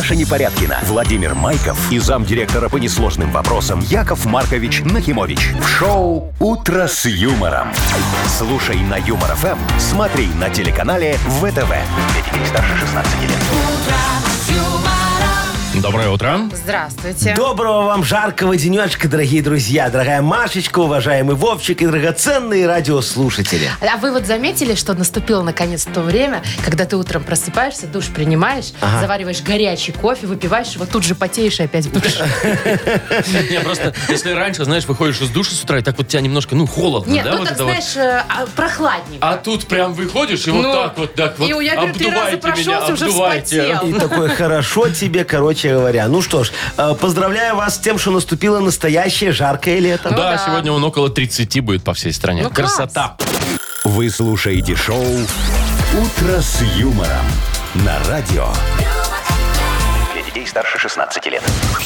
Маша Непорядкина, Владимир Майков и замдиректора по несложным вопросам Яков Маркович Нахимович. В шоу «Утро с юмором». Слушай на Юмор ФМ, смотри на телеканале ВТВ. Для детей старше 16 лет. Доброе утро. Здравствуйте. Доброго вам жаркого денечка, дорогие друзья. Дорогая Машечка, уважаемый Вовчик и драгоценные радиослушатели. А вы вот заметили, что наступило наконец то время, когда ты утром просыпаешься, душ принимаешь, завариваешь горячий кофе, выпиваешь его, тут же потеешь и опять в душ. Не, просто, если раньше, знаешь, выходишь из душа с утра, и так вот тебя немножко, холодно, Нет, да? ну вот так, это вот. знаешь, прохладненько. А тут прям выходишь, и вот так вот, И я говорю, 3 раза обдувайте меня, прошелся, уже обдувайте. вспотел. И такое хорошо тебе, короче говоря. Ну что ж, поздравляю вас с тем, что наступило настоящее жаркое лето. Да, сегодня он около 30 будет по всей стране. Ну, класс. Красота. Вы слушаете шоу «Утро с юмором» на радио. Для детей старше 16 лет.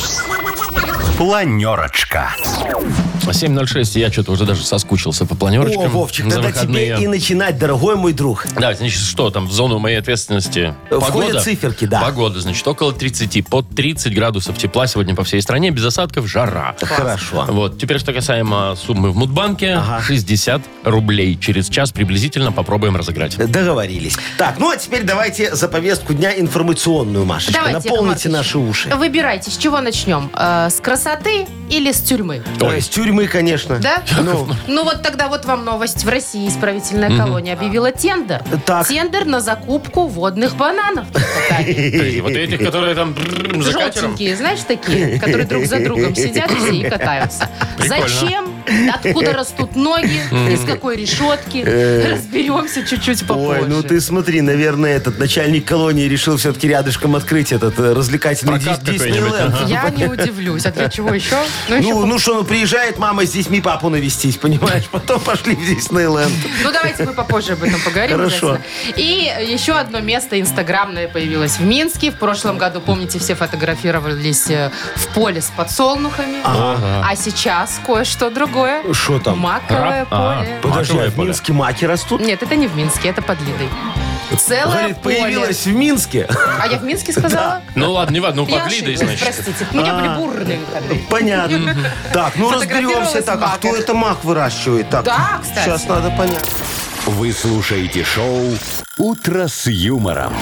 Планерочка. 7:06, я что-то уже даже соскучился по планерочкам. О, Вовчик, за тогда выходные. тебе и начинать, дорогой мой друг. Да, значит, что там в зону моей ответственности? Входят Погода? циферки, да. Погода, значит, около 30, под 30 градусов тепла сегодня по всей стране, без осадков, жара. Хорошо. Вот, теперь, что касаемо суммы в Мудбанке, Ага. 60 рублей. Через час приблизительно попробуем разыграть. Договорились. Так, ну а теперь давайте за повестку дня информационную, Машечка. Давайте, Наполните Яков наши уши. Выбирайте, с чего начнем? С красоты или с тюрьмы? С тюрьмы, конечно. Да? Ну, Ну вот тогда вот вам новость. В России исправительная колония объявила тендер. Так. Тендер на закупку водных бананов. Вот этих, которые там за катером. Желтенькие, знаешь, такие, которые друг за другом сидят все и катаются. Прикольно. Зачем? Откуда растут ноги? Из какой решетки? Разберемся чуть-чуть попозже. ой, ну ты смотри, наверное, этот начальник колонии решил все-таки рядышком открыть этот развлекательный Прокат Диснейленд. какой-нибудь, Я не удивлюсь. А для чего еще? Еще Ну что, приезжает мама с детьми папу навестить, понимаешь? Потом пошли в Диснейленд. Ну, давайте мы попозже об этом поговорим. Хорошо. обязательно. И еще одно место инстаграмное появилось в Минске. В прошлом году, помните, все фотографировались в поле с подсолнухами. А сейчас кое-что другое. Что там? Маковое Ага. поле. Подожди, Маковое а в поле. Минске маки растут? Нет, это не в Минске, это под Лидой. Целое Говорит, поле. появилась в Минске. А я в Минске сказала? Ну ладно, не важно, Я под Лидой, ошиблась, значит. простите. У меня были бурные выходные. Понятно. Так, ну разберемся. Фотографировалась Так, в а маках. кто это мак выращивает? Так, Да, кстати. сейчас надо понять. Вы слушаете шоу «Утро с юмором»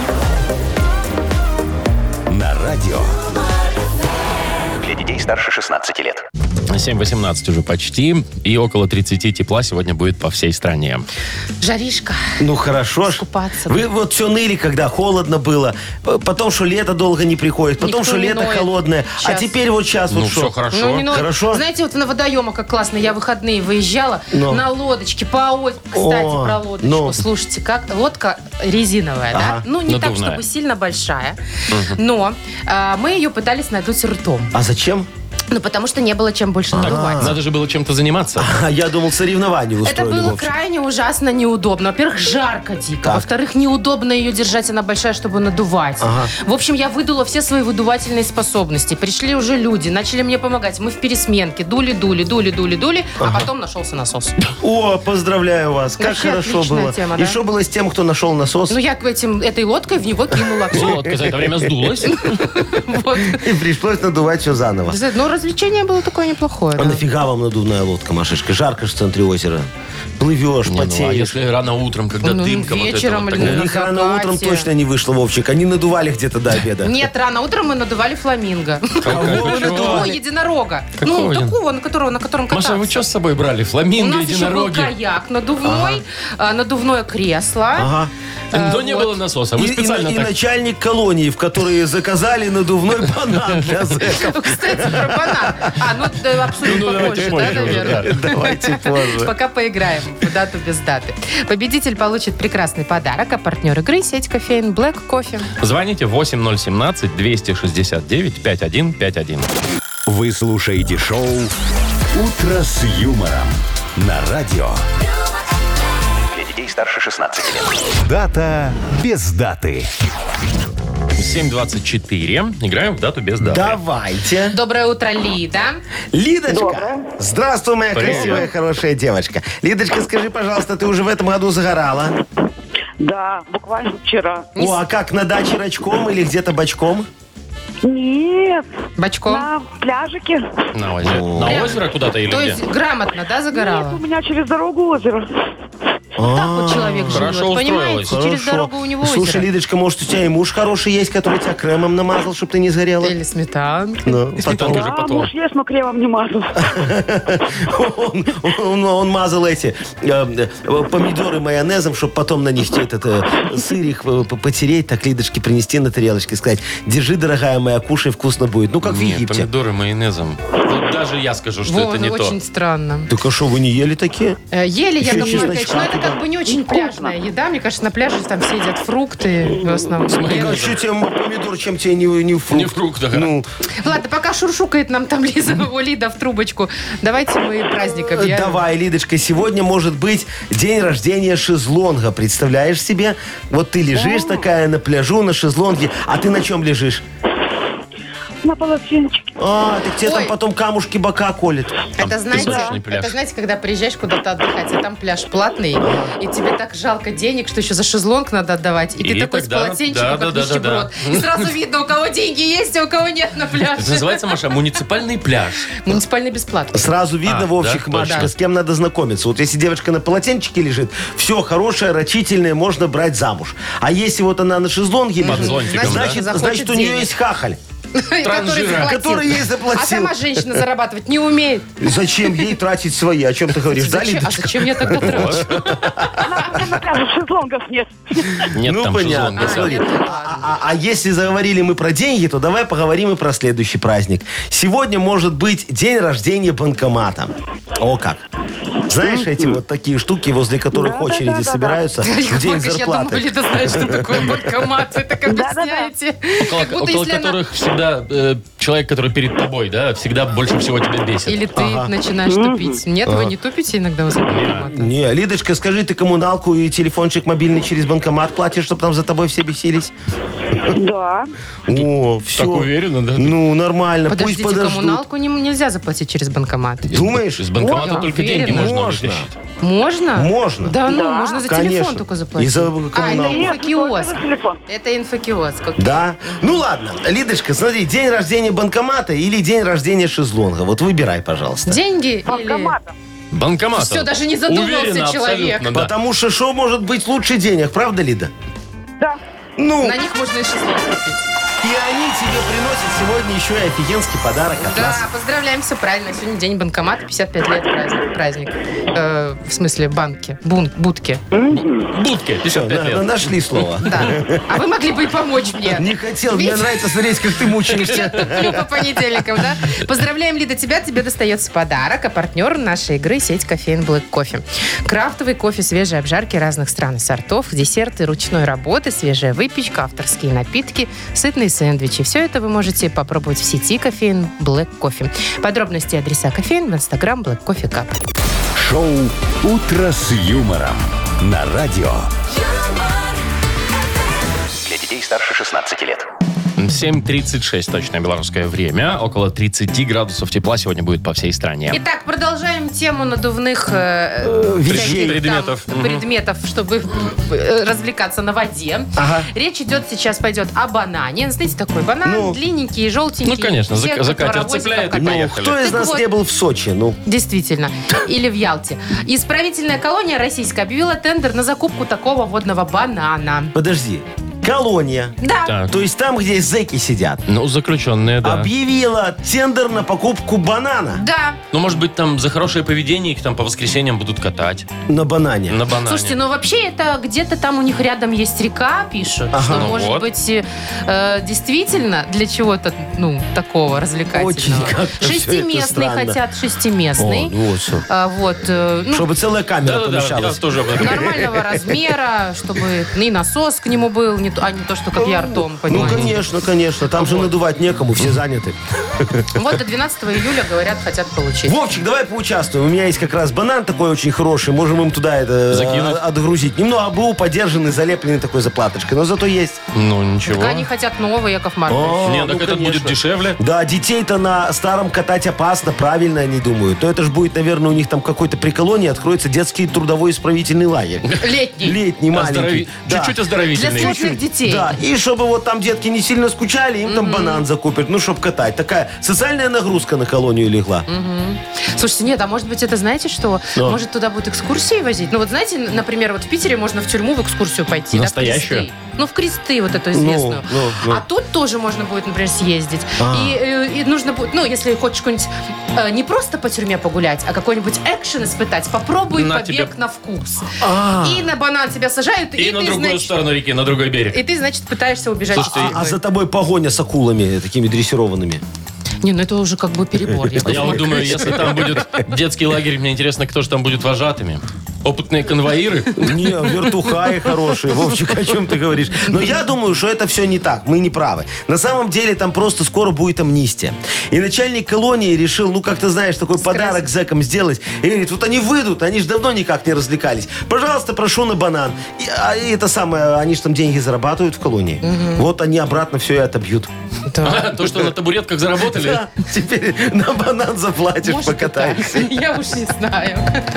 на радио. Для детей старше 16 лет. 7:18 уже почти, и около 30 тепла сегодня будет по всей стране. Жаришка. Ну хорошо ж. Искупаться, Вы да. вот все ныли, когда холодно было. Потом, что лето долго не приходит. Потом, Никто что не лето ноет. холодное. А Щас. теперь вот сейчас Ну, вот все что. хорошо. Ну, не, ну, Хорошо? Знаете, вот на водоемах как классно. Я в выходные выезжала Ну. на лодочке по озеру. Кстати, О, про лодочку. ну. Слушайте, как лодка резиновая, да? Ага. Ну, не так, Надувная. чтобы сильно большая. Но мы ее пытались надуть ртом. А зачем? Ну, потому что не было чем больше надувать. Надо же было чем-то заниматься. А я думал, соревнования Это устроили. было Вовчик. крайне ужасно неудобно. Во-первых, жарко дико. Так. Во-вторых, неудобно ее держать, она большая, чтобы надувать. Ага. В общем, я выдула все свои выдувательные способности. Пришли уже люди, начали мне помогать. Мы в пересменке дули, а потом нашелся насос. О, поздравляю вас. Как Вообще хорошо отличная было. тема, И да? что было с тем, кто нашел насос? Ну, я этой лодкой в него кинула. Лодка за это время сдулась. Вот. И пришлось надувать все заново. Ну, развлечение было такое неплохое. А да. нафига вам надувная лодка, Машечка? Жарко ж в центре озера. Плывешь, Не, ну, а потеешь. если рано утром, когда Ну, дымка вот это вечером вот или У такая. них на рано закате. утром точно не вышло, Вовчик. Они надували где-то до обеда. Нет, рано утром мы надували фламинго. Кого вы Чего? Такого единорога. Ну, Какого? такого, на котором кататься. Маша, вы что с собой брали? У Фламинго, нас еще был единороги? каяк надувной, надувное кресло. Ага. Но не вот. было насоса. Вы специально и так... начальник колонии, в которые заказали надувной банан для зэков. Кстати, про банан. Ну, да, обсудим Ну, давайте попозже, позже да, уже, наверное? Давайте позже. Пока поиграем в дату без даты. Победитель получит прекрасный подарок, а партнер игры — сеть кофеин Black Coffee. Звоните 8017-269-5151. Вы слушаете шоу «Утро с юмором» на радио. Для детей старше 16 лет. Дата без даты. 7:24. Играем в дату без даты. Давайте. Доброе утро, Лида. Лидочка. Здравствуй, моя Привет. красивая, хорошая девочка. Лидочка, скажи, пожалуйста, ты уже в этом году загорала? Да, буквально вчера. О, а как, на даче рачком или где-то бочком? Нет, Бочком? на пляжике. На озеро. На озеро куда-то или То где? есть грамотно, да, Нет, загорала? у меня через дорогу озеро. Так вот человек Хорошо живет, понимаете? устроилась. Через дорогу у него Слушай, озеро. Лидочка, может, у тебя и муж хороший есть, который тебя кремом намазал, чтобы ты не сгорела? Или сметанка. Ну, Сметанка уже Да, потом. муж есть, но кремом не мазал. Он мазал эти помидоры майонезом, чтобы потом на них сыр их потереть, так Лидочке принести на тарелочке и сказать: держи, дорогая моя, кушай, вкусно будет. Ну, как в Нет, Египте. помидоры майонезом. Вот даже я скажу, что это не то. Очень странно. Так а что, вы не ели такие? Ели, Еще Яков Маркович, чесночка но это туда. как бы не очень пляжная еда. Мне кажется, на пляже там все едят фрукты в основном. А что тебе помидор, чем тебе не фрукт? Не фрукт, да. Ну, Ладно, пока шуршукает нам там Лида в трубочку, давайте мы праздник объявим. давай, Лидочка, сегодня может быть день рождения шезлонга. Представляешь себе? Вот ты лежишь такая на пляжу, на шезлонге, а ты на чем лежишь? На полотенчике. Так тебе там Ой. потом камушки бока колят. Это песочный пляж. это знаете, когда приезжаешь куда-то отдыхать, а там пляж платный, и тебе так жалко денег, что еще за шезлонг надо отдавать, и ты И такой тогда- с полотенчиком, как да. нищеброд. И сразу видно, у кого деньги есть, а у кого нет на Это пляже. называется, Маша, муниципальный пляж. Муниципальный бесплатно. Сразу видно, Вовчик, да, Машечка, точно. с кем надо знакомиться. Вот если девочка на полотенчике лежит, все хорошее, рачительное можно брать замуж. А если вот она на шезлонге Под лежит, зонтиком, да? значит, у нее денег. есть хахаль. Транжира. Который ей заплатил. А сама женщина зарабатывать не умеет. Зачем ей тратить свои? О чем ты говоришь, да, Зачем? А Лидочка? зачем я тогда трачу? На пляже шезлонгов нет. Нет Ну, там понятно. шезлонга. Смотри, нет, ладно. а если заговорили мы про деньги, то давай поговорим и про следующий праздник. Сегодня может быть день рождения банкомата. О как! Знаешь, эти вот такие штуки, возле которых Да, очереди да, да, собираются в Яков день Маркович, я думаю, зарплаты. Лида знает, что такое банкомат. Вы так Да-да-да. объясняете. Как будто Около если она- которых всегда человек, который перед тобой, да, всегда больше всего тебя бесит. Или ты начинаешь тупить. Нет, вы не тупите иногда возле банкомата? Не, Лидочка, скажи, ты коммуналку и телефончик мобильный через банкомат платишь, чтобы там за тобой все бесились? Да. О, все. Так уверенно, да? Ну, нормально, Подождите, пусть подождут. коммуналку нельзя заплатить через банкомат. Думаешь? Из банкомата О, только уверена. деньги можно Можно. вытащить. Можно? Можно. Да, ну, Да, можно за конечно. телефон только заплатить. И за это коммуналку. Нет, инфокиоск. только за телефон. Это инфокиоск. окей. Да? Ну ладно, Лидочка, смотри, день рождения банкомата или день рождения шезлонга. Вот выбирай, пожалуйста. Деньги или... Банкоматом. Банкомат. Всё, даже не задумался Уверенно, человек. абсолютно, да. Потому что шо может быть лучше денег, правда, Лида? Да. Ну, На них можно и шезлонг купить. и они тебе приносят сегодня еще и офигенский подарок от нас. Да, поздравляем, все правильно. Сегодня день банкомата, 55 лет праздник. В смысле банки, будки. Будки, 55 лет. Нашли слово. Да. А вы могли бы и помочь мне. Не хотел, мне Ведь- нравится смотреть, как ты мучаешься. Я туплю по понедельникам, да? Поздравляем, Лида, тебя. Тебе достается подарок. А партнер нашей игры — сеть кофеин Black Coffee. Крафтовый кофе, свежие обжарки разных стран и сортов, десерты ручной работы, свежая выпечка, авторские напитки, сытные сэндвичи. Все это вы можете попробовать в сети кофеин Black Coffee. Подробности и адреса кофеин в Инстаграм Black Coffee Cup. Шоу «Утро с юмором» на радио. Для детей старше 16 лет. 7:36 точное белорусское время. Около 30 градусов тепла сегодня будет по всей стране. Итак, продолжаем тему надувных вещей. всяких там Предметов. предметов, чтобы развлекаться на воде. Ага. Речь идет сейчас пойдет о банане. Знаете, такой банан, Ну. длинненький, желтенький. Ну, конечно, Все за как катер паровозиком цепляет и катают. Ну, поехали. кто из Так нас вот. не был в Сочи? Ну, Действительно. Или в Ялте. Исправительная колония российская объявила тендер на закупку такого водного банана. подожди. Колония. Да. Так. То есть там, где зэки сидят. Ну, заключенные, да. Объявила тендер на покупку банана. Да. Ну, может быть, там за хорошее поведение их там по воскресеньям будут катать На банане. на банане. Слушайте, ну вообще это где-то там у них рядом есть река, пишут, что Ну может вот. быть действительно для чего-то такого развлекательного. Очень как-то всё это Шестиместный странно. хотят, шестиместный. О, ну вот всё. Ну, Чтобы целая камера Да-да-да, я помещалась. тоже об этом. нормального размера, чтобы и насос к нему был, а не то, что как я ртом, Ну, понимаете. конечно, конечно. Там же надувать некому, все заняты. Вот до 12 июля, говорят, хотят получить. Вовчик, давай поучаствуем. У меня есть как раз банан такой очень хороший. Можем им туда это Закинуть? отгрузить. Немного БУ подержанный, залепленный такой заплаточкой. Но зато есть. Ну, ничего. Так они хотят новый, Яков Маркович. О, Не, так ну, этот будет конечно. дешевле. Да, детей-то на старом катать опасно, правильно они думают. То это же будет, наверное, у них там какой-то при колонии откроется детский трудовой исправительный лагерь. Летний. Летний, маленький. Да. Чуть-чуть Для оздоровительный. сложных детей. Да, и чтобы вот там детки не сильно скучали, им там банан закупят, ну, чтобы катать. Такая социальная нагрузка на колонию легла. Слушайте, нет, а может быть это, знаете что? Но. Может туда будут экскурсии возить? Ну вот знаете, например, вот в Питере можно в тюрьму в экскурсию пойти. Настоящую? Да, в Кресты. Ну, в Кресты вот эту известную. Ну. А тут тоже можно будет, например, съездить. И нужно будет, ну, если хочешь какой-нибудь не просто по тюрьме погулять, а какой-нибудь экшен испытать, попробуй На побег тебе. на вкус. И на банан тебя сажают, И на ты, другую значит, сторону реки, на другой берег. и ты, значит, пытаешься убежать из тюрьмы. А за тобой погоня с акулами, такими дрессированными. Не, ну это уже как бы перебор. Я вот думаю, если там будет детский лагерь, мне интересно, кто же там будет вожатыми. Опытные конвоиры? Не, вертухаи хорошие. Вовчик, о чем ты говоришь? Но я думаю, что это все не так. Мы не правы. На самом деле там просто скоро будет амнистия. И начальник колонии решил, ну, как ты знаешь, такой подарок зэкам сделать. И говорит, вот они выйдут, они же давно никак не развлекались. Пожалуйста, прошу на банан. И это самое, они же там деньги зарабатывают в колонии. Вот они обратно все и отобьют. То, что на табуретках заработали? Да, теперь на банан заплатишь, Может, и покатаешься. так. Я уж не знаю.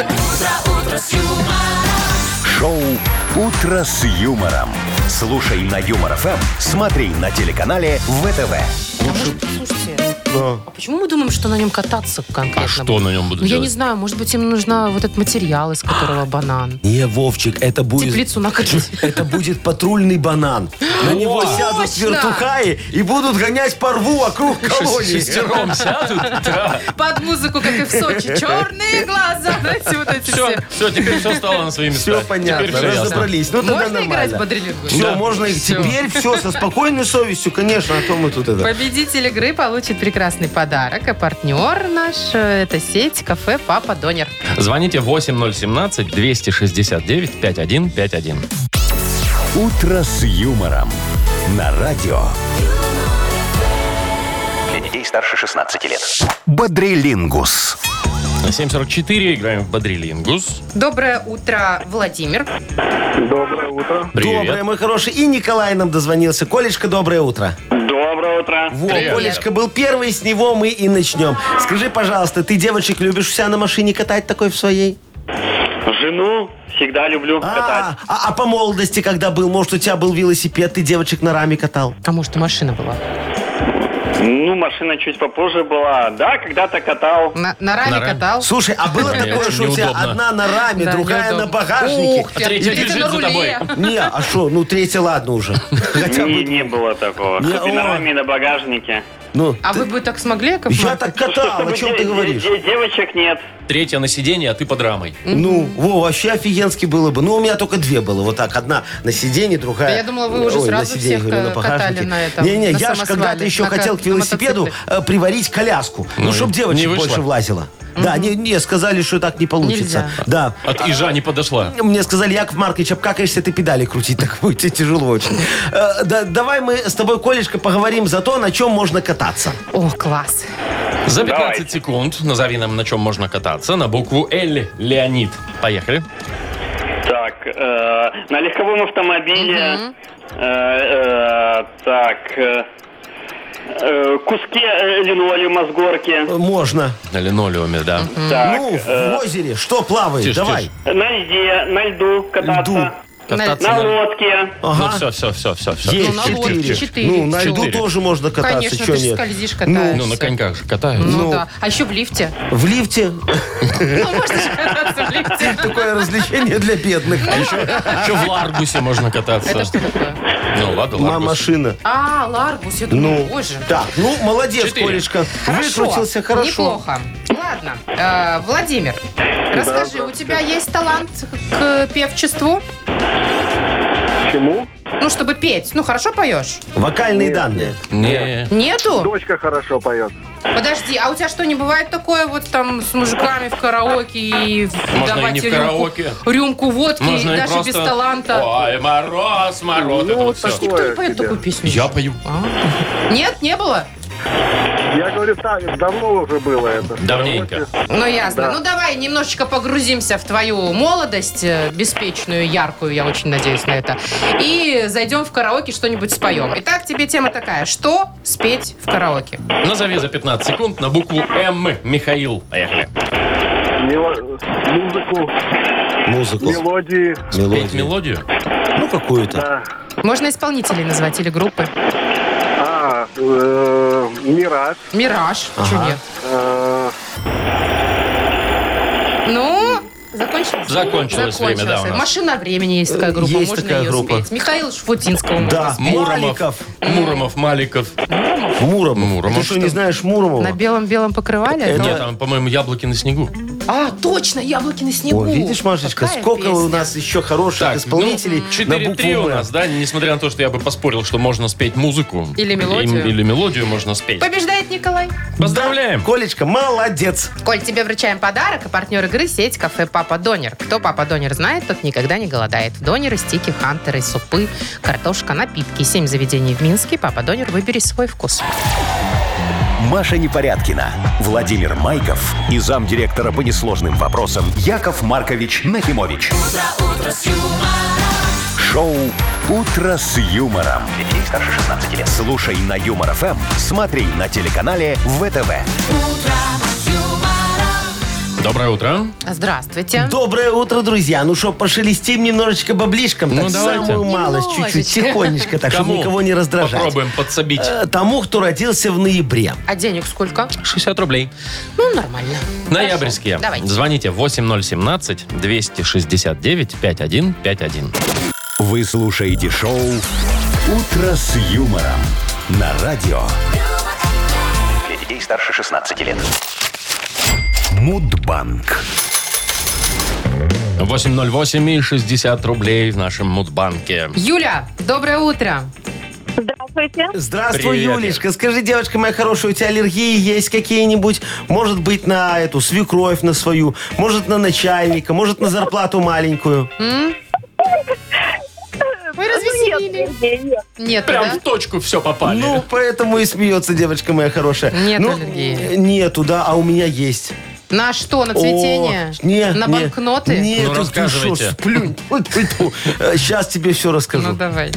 Шоу «Утро с юмором». Слушай на Юмор ФМ, смотри на телеканале ВТВ. Слушайте, а почему мы думаем, что на нем кататься конкретно? А что на нем будут Ну, я не делать? знаю, может быть, им нужна вот этот материал, из которого банан. Не, Вовчик, это будет... Теплицу накатить. Это будет патрульный банан. На него сядут Точно! вертухаи и будут гонять по рву вокруг колонии. Шестером сядут? Да. Под музыку, как и в Сочи. Черные глаза. Знаете, вот эти все. Все, теперь все стало на свои места. Все понятно, Теперь все ясно. разобрались. Ну, тогда Можно играть в нормально. бодрилингу? Ну, можно и Всё. теперь все со спокойной совестью, конечно, а то мы тут это... Победитель игры получит прекрасный подарок. А партнер наш – это сеть кафе «Папа Донер». Звоните 8017-269-5151. «Утро с юмором» на радио. Для детей старше 16 лет. Бодрилингус. На 7:44 играем в Бодрилингус. Доброе утро, Владимир. Доброе утро. Привет. Доброе, мой хороший. И Николай нам дозвонился. Колечка, доброе утро. Доброе утро. Во, Привет. Колечка был первый, с него мы и начнем. Скажи, пожалуйста, ты девочек любишь вся на машине катать такой в своей? Жену всегда люблю катать. А по молодости, когда был, может, у тебя был велосипед, ты девочек на раме катал? А может, и машина была? Ну, машина чуть попозже была. Да, когда-то катал. На раме На раме. катал? Слушай, а было Не, такое, очень что у тебя неудобно. одна на раме, Да, другая на неудобно. багажнике? Ух ты, А третья третья бежит на за руле. Не, а что, ну третья, ладно уже. Хотя бы, Не было такого. Не, Хоть и на о. раме, и на багажнике. ну, А вы бы так смогли, Яков я Маркович? так катал, о чем ты говоришь? Девочек нет. Третья на сиденье, а ты под рамой. Ну, вообще офигенски было бы. Ну, у меня только две было. Вот так, одна на сиденье, другая... Да я думала, вы уже Ой, сразу на сиденье, всех говорю, на катали багажнике. на этом, Не-не, на я же самосвале, когда-то еще на хотел к на велосипеду мотоцикле. приварить коляску. Ну, Ну, чтобы не девочек вышло. больше влазило. Да, не, сказали, что так не получится. Нельзя. Да. От ижа не подошла. Мне сказали, Яков Маркович, обкакаешься, ты педали крутить, так будет тебе тяжело очень. Давай мы с тобой, Колечка, поговорим за то, на чем можно кататься. О, класс. За 15 Давайте. секунд назови нам, на чем можно кататься. На букву Л. Леонид. Поехали. Так, на легковом автомобиле. Куски линолеума с горки. Можно. На линолеуме, да. Так, Ну, в озере, что плавает? Тише, Давай. тише. на льде, на льду кататься. Льду. Кататься На на... лодке. Ну, Ага. все. Есть Ну, на лодке 4. Ну, на льду 4. тоже можно кататься, Конечно, что ты же нет? скользишь, катаешься. Ну, на коньках же катаются. Ну Ну. да. А еще в лифте. В лифте Ну, можно же кататься в лифте. такое развлечение для бедных. Еще в Ларгусе можно кататься. Это что такое? Ну, ладно, Ларгус. Машина. А, Ларгус, я думаю, Ну, боже. так, ну, молодец, 4. Колечка. Хорошо, Выкрутился хорошо. неплохо. Ладно, Владимир, расскажи, у тебя есть талант к певчеству? Почему? Ну, чтобы петь. Ну, хорошо поешь? Вокальные данные. Не. Нету? Дочка хорошо поет. Подожди, а у тебя что, не бывает такое вот там с мужиками в караоке и Можно давать и не в рюмку- караоке. рюмку водки, Можно и даже просто... без таланта? Ой, мороз, мороз. Это вот все. Никто не поет такую песню. Я пою. Нет, не было? Я говорю, так, давно уже было это. Давненько. Ну, ясно. Да. Ну, давай немножечко погрузимся в твою молодость, беспечную, яркую, я очень надеюсь на это. И зайдем в караоке, что-нибудь споем. Итак, тебе тема такая. Что спеть в караоке? Назови за 15 секунд на букву М. Михаил. Поехали. Музыку, Музыку. мелодии. Петь мелодию? Ну, какую-то. Да. Можно исполнителей назвать или группы. Мираж. Мираж. Чего нет? Ну, Закончилось время, да, у нас. Машина времени есть такая группа, Есть можно такая ее группа. спеть. Михаил Шафутинского можно Да, спеть. Муромов, Маликов. Муромов. Ты что, не знаешь Муромова? На белом-белом покрывале? Нет, там, по-моему, яблоки на снегу. А, точно, яблоки на снегу. О, видишь, Машечка, Какая сколько у песня. нас еще хороших исполнителей на 4-3 букву у «М». нас, да? Несмотря на то, что я бы поспорил, что можно спеть музыку. Или мелодию. Или мелодию можно спеть. Побеждает Николай. Поздравляем! Колечка, молодец. Коль, тебе вручаем подарок, а партнер игры — сеть кафе «Папа Донер». Кто «Папа Донер» знает, тот никогда не голодает. Донеры, стики, хантеры, супы, картошка, напитки. 7 заведений в Минске. «Папа Донер», выбери свой вкус. Маша Непорядкина, Владимир Майков и замдиректора по несложным вопросам Яков Маркович Нахимович. Шоу «Утро с юмором». Для детей старше 16 лет. Слушай на Юмор ФМ, смотри на телеканале ВТВ. Доброе утро. Здравствуйте. Доброе утро, друзья. Ну что, пошелестим немножечко баблишком? Ну, так, давайте. самую малость, чуть-чуть, Немножечко. тихонечко, так, чтобы Кому? никого не раздражать. Попробуем подсобить. Тому, кто родился в ноябре. А денег сколько? 60 рублей. Ну, нормально. Ноябрьские. Хорошо. Давайте. Звоните 8017-269-5151. Вы слушаете шоу «Утро с юмором» на радио. Для детей старше 16 лет. Мудбанк. 808 и 60 рублей в нашем Мудбанке. Юля, доброе утро. Здравствуйте. Здравствуй, Привет. Юлечка. Скажи, девочка моя хорошая, у тебя аллергии есть какие-нибудь? Может быть, на эту свекровь на свою, может, на начальника, может, на зарплату маленькую. Вы развеселили. Нет. Нет, Прям да? в точку все попали. Ну, поэтому и смеется девочка моя хорошая. Нет Ну, аллергии. Нету, да, а у меня есть. На что? На цветение? О, не, На не, банкноты? Нет, Ну, ты рассказывайте. что, сплюнь. Сейчас тебе все расскажу. Ну, давай.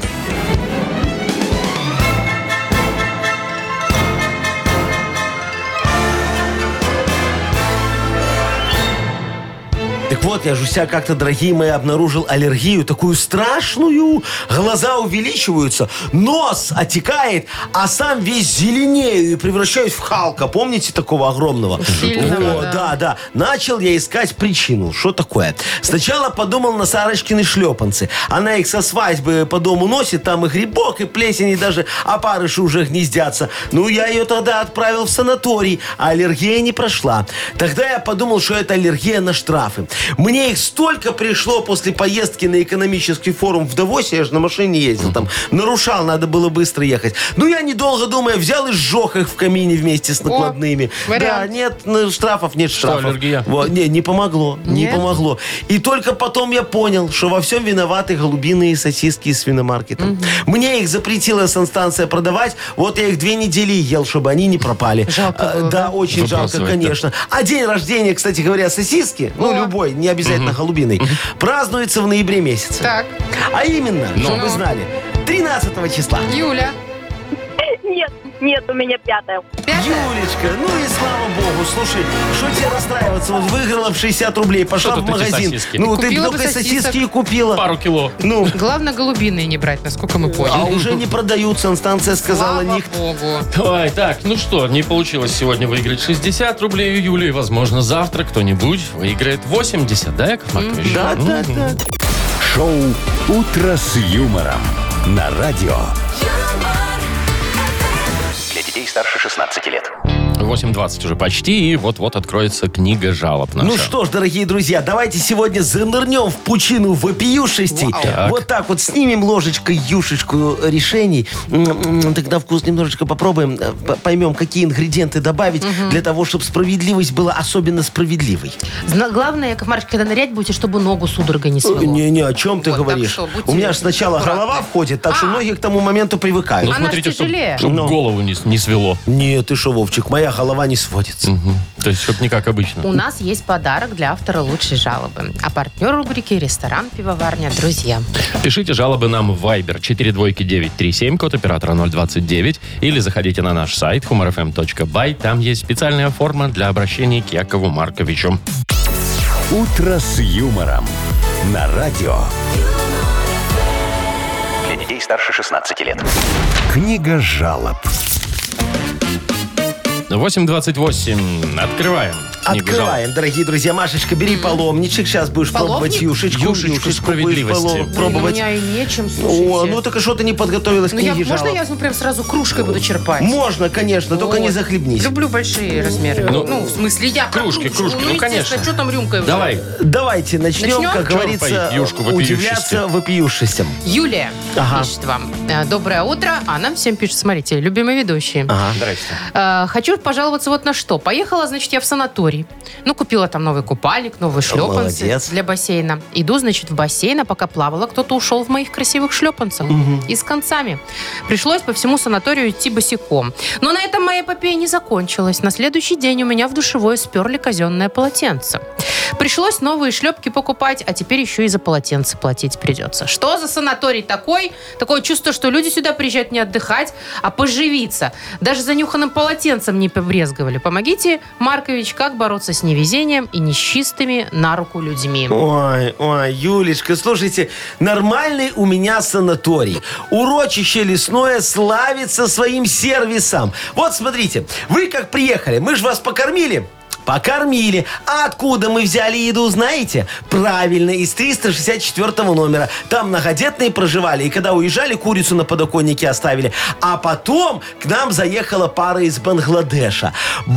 Так вот, я же у себя как-то, дорогие мои, обнаружил аллергию такую страшную. Глаза увеличиваются, нос отекает, а сам весь зеленею и превращаюсь в Халка. Помните такого огромного? Сильного, Вот, да. да. Начал я искать причину. Что такое? Сначала подумал на Сарочкины шлепанцы. Она их со свадьбы по дому носит, там и грибок, и плесень, и даже опарыши уже гнездятся. Ну, я ее тогда отправил в санаторий, а аллергия не прошла. Тогда я подумал, что это аллергия на штрафы. Мне их столько пришло после поездки на экономический форум в Давосе, я же на машине ездил там, нарушал, надо было быстро ехать. Ну, я, недолго думая, взял и сжег их в камине вместе с накладными. Да, вариант. нет штрафов, нет штрафов. аллергия? Вот, не помогло, не Нет? помогло. И только потом я понял, что во всем виноваты голубиные сосиски из свиномаркета. Мне их запретила санстанция продавать, вот я их 2 недели ел, чтобы они не пропали. Жалко было, Да, да? очень жалко, Выбрасывать-то. конечно. А день рождения, кстати говоря, сосиски, ну, любой, не обязательно голубиный, празднуется в ноябре месяце. Так, А именно, чтобы вы знали, 13 числа. Юля. Нет, у меня 5-е. Юлечка, ну и слава богу, слушай, что тебе расстраиваться? Вот выиграла в 60 рублей, пошла Что в тут эти магазин. сосиски? Ну, ты Купила бы только сосисок. сосиски и купила. Пару кило. Ну, Главное, голубиные не брать, насколько мы а поняли. уже не продают, санстанция сказала, Слава никто. богу. Ой, так, ну что, не получилось сегодня выиграть 60 рублей у Юли. Возможно, завтра кто-нибудь выиграет 80, да, Яков Маркович? Да, да, да. Шоу «Утро с юмором» на радио. Для детей старше 16 лет. 8:20 уже почти, и вот-вот откроется книга жалоб наша. Ну что ж, дорогие друзья, давайте сегодня занырнем в пучину вопиющестей. Так. Вот так вот снимем ложечкой юшечку решений. Тогда вкус немножечко попробуем, поймем, какие ингредиенты добавить для того, чтобы справедливость была особенно справедливой. Главное, Яков Маркович, когда нырять будете, чтобы ногу судорога не свело. Не-не, о чем ты Вот, так говоришь? что, будьте У меня же сначала аккуратны. голова входит, так что ноги к тому моменту привыкают. Ну, Она ж смотрите, чтобы тяжелее. голову не свело. Нет, ты что, Вовчик, моя голова не сводится. То есть, чтобы не как обычно. У нас есть подарок для автора лучшей жалобы. А партнер рубрики «Ресторан, пивоварня, друзья». Пишите жалобы нам в Viber 42937, код оператора 029, или заходите на наш сайт humorfm.by. Там есть специальная форма для обращения к Якову Марковичу. «Утро с юмором» на радио. Для детей детей старше 16 лет. Книга жалоб. 8:28. Открываем. Книгу жалоб. Открываем, дорогие друзья. Машечка, бери паломничек. Сейчас будешь пробовать Половник? юшечку. Юшечку будешь справедливости. У пробовать. меня и нечем, слушайте. О, ну так а что ты не подготовилась к Ну, книге можно жалоб? я возьму прям сразу кружкой буду черпать? Можно, конечно, только не Вот. захлебнись. Люблю большие размеры. Ну, Ну, в смысле, я про кружки, кружку. кружки, ну, естественно, конечно. что там рюмкой? уже? Давай. Давайте начнем, Начнем? как говорится, Черпай юшку вопиющести. удивляться вопиющестям. Юлия Ага. пишет вам. Доброе утро. А нам всем пишет, смотрите, любимые ведущие. Ага. Здрасте. Хочу пожаловаться вот на что. Поехала, значит, я в санаторий. Ну, купила там новый купальник, новые шлепанцы Молодец. для бассейна. Иду, значит, в бассейн, а пока плавала, кто-то ушел в моих красивых шлепанцах. И с концами. Пришлось по всему санаторию идти босиком. Но на этом моя эпопея не закончилась. На следующий день у меня в душевой сперли казенное полотенце. Пришлось новые шлепки покупать, а теперь еще и за полотенце платить придется. Что за санаторий такой? Такое чувство, что люди сюда приезжают не отдыхать, а поживиться. Даже занюханным полотенцем не побрезговали. Помогите, Маркович, как бороться с невезением и несчистыми на руку людьми. Ой, Юлечка, слушайте, нормальный у меня санаторий. Урочище лесное славится своим сервисом. Вот смотрите, вы как приехали, мы же вас покормили. Покормили. А откуда мы взяли еду, знаете? Правильно, из 364 номера. Там многодетные проживали, и когда уезжали, курицу на подоконнике оставили. А потом к нам заехала пара из Бангладеша.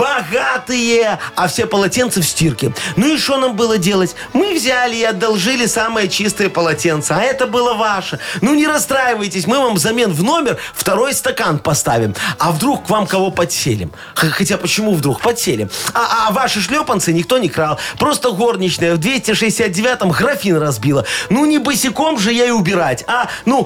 Богатые, а все полотенца в стирке. Ну и что нам было делать? Мы взяли и одолжили самое чистое полотенце, а это было ваше. Ну не расстраивайтесь, мы вам взамен в номер второй стакан поставим. А вдруг к вам кого подселим? Хотя почему вдруг подселим? А ваши шлепанцы никто не крал. Просто горничная в 269-м графин разбила. Ну, не босиком же ей убирать, а,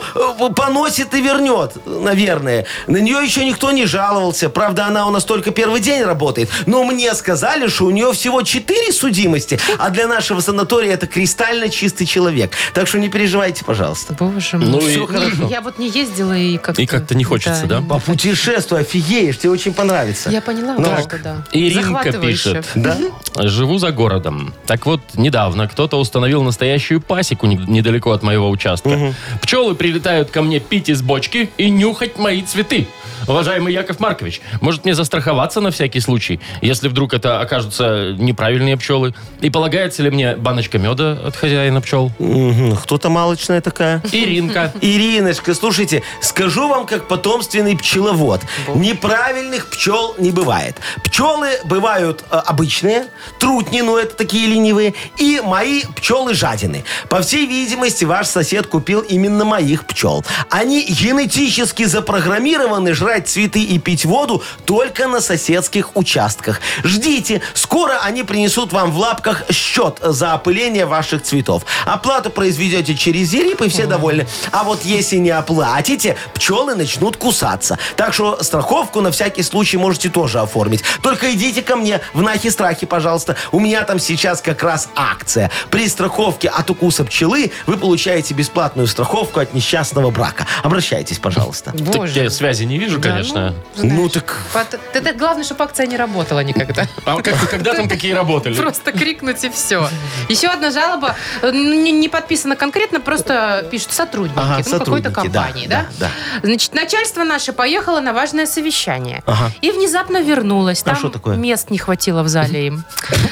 поносит и вернет, наверное. На нее еще никто не жаловался. Правда, она у нас только первый день работает. Но мне сказали, что у нее всего 4 судимости, а для нашего санатория это кристально чистый человек. Так что не переживайте, пожалуйста. Боже мой. Ну Все и хорошо. Я вот не ездила и как-то... И как-то не хочется, да? Попутешествуй, офигеешь, тебе очень понравится. Я поняла, Ну, что да. Иринка Захватывающе. пишет. Да? Живу за городом. Так вот, недавно кто-то установил настоящую пасеку недалеко от моего участка. Пчелы прилетают ко мне пить из бочки и нюхать мои цветы. Уважаемый Яков Маркович, может мне застраховаться на всякий случай, если вдруг это окажутся неправильные пчелы? И полагается ли мне баночка меда от хозяина пчел? Кто-то малочная такая. Иринка. Ириночка, слушайте, скажу вам как потомственный пчеловод. Неправильных пчел не бывает. Пчелы бывают обычные, трутни, но это такие ленивые, и мои пчелы-жадины. По всей видимости, ваш сосед купил именно моих пчел. Они генетически запрограммированы жрать цветы и пить воду только на соседских участках. Ждите, скоро они принесут вам в лапках счет за опыление ваших цветов. Оплату произведете через ЕРИП, и все довольны. А вот если не оплатите, пчелы начнут кусаться. Так что страховку на всякий случай можете тоже оформить. Только идите ко мне в Нахи-Страхи, пожалуйста. У меня там сейчас как раз акция. При страховке от укуса пчелы вы получаете бесплатную страховку от несчастного брака. Обращайтесь, пожалуйста. Так я связи не вижу, конечно. Ну так... Это главное, чтобы акция не работала никогда. А когда там какие работали? Просто крикнуть и все. Еще одна жалоба. Не подписана конкретно, просто пишут сотрудники. Ага, Какой-то сотрудники, компании, да, да? да. Значит, начальство наше поехало на важное совещание. Ага. И внезапно вернулось. А Там что такое? мест не хватило в зале им.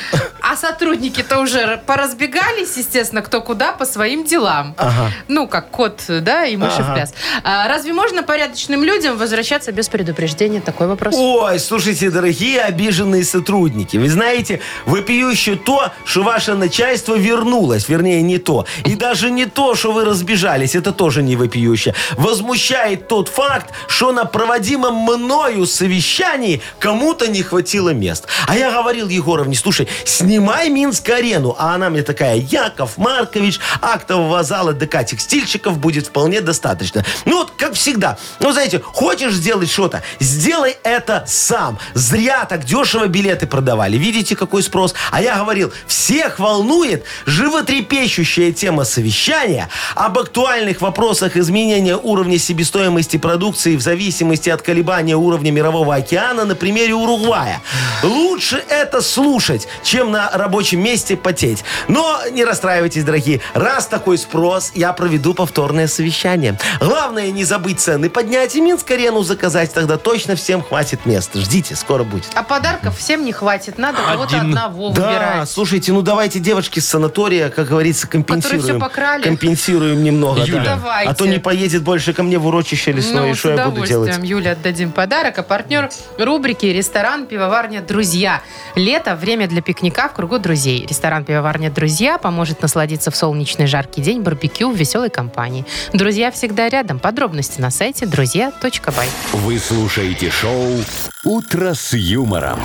А сотрудники-то уже поразбегались, естественно, кто куда по своим делам. Ага. Ну, как кот, да, и мыши в пляс. А разве можно порядочным людям возвращаться без предупреждения? Такой вопрос. Ой, слушайте, дорогие обиженные сотрудники, вы знаете, вопиюще то, что ваше начальство вернулось, вернее, не то. И даже не то, что вы разбежались, это тоже не вопиюще. Возмущает тот факт, что на проводимом мною совещании кому-то не хватило мест. А я говорил Егоровне, слушай, снимай Минск-арену. А она мне такая: Яков Маркович, актового зала ДК текстильщиков будет вполне достаточно. Ну вот, как всегда. Ну, знаете, хочешь сделать что-то, сделай это сам. Зря так дешево билеты продавали. Видите, какой спрос? А я говорил, всех волнует животрепещущая тема совещания об актуальных вопросах изменения уровня себестоимости продукции в зависимости от колебания уровня Мирового океана на примере Уругвая. Лучше это слушать, чем на рабочем месте потеть. Но не расстраивайтесь, дорогие. Раз такой спрос, я проведу повторное совещание. Главное не забыть цены поднять и Минск-арену заказать. Тогда точно всем хватит места. Ждите, скоро будет. А подарков всем не хватит. Надо кого-то одного Да, выбирать. слушайте, ну давайте девочки с санатория, как говорится, компенсируем. все покрали. Компенсируем немного. Юля. да. Давайте. А то не поедет больше ко мне в урочище лесное. И с что я буду делать? удовольствием, Юле, отдадим подарок. А партнер рубрики «Ресторан, пивоварня, друзья». Лето – время для пикника в кругу друзей. Ресторан, пивоварня, друзья поможет насладиться в солнечный жаркий день барбекю в веселой компании. Друзья всегда рядом. Подробности на сайте друзья.бай. Вы слушаете шоу «Утро с юмором».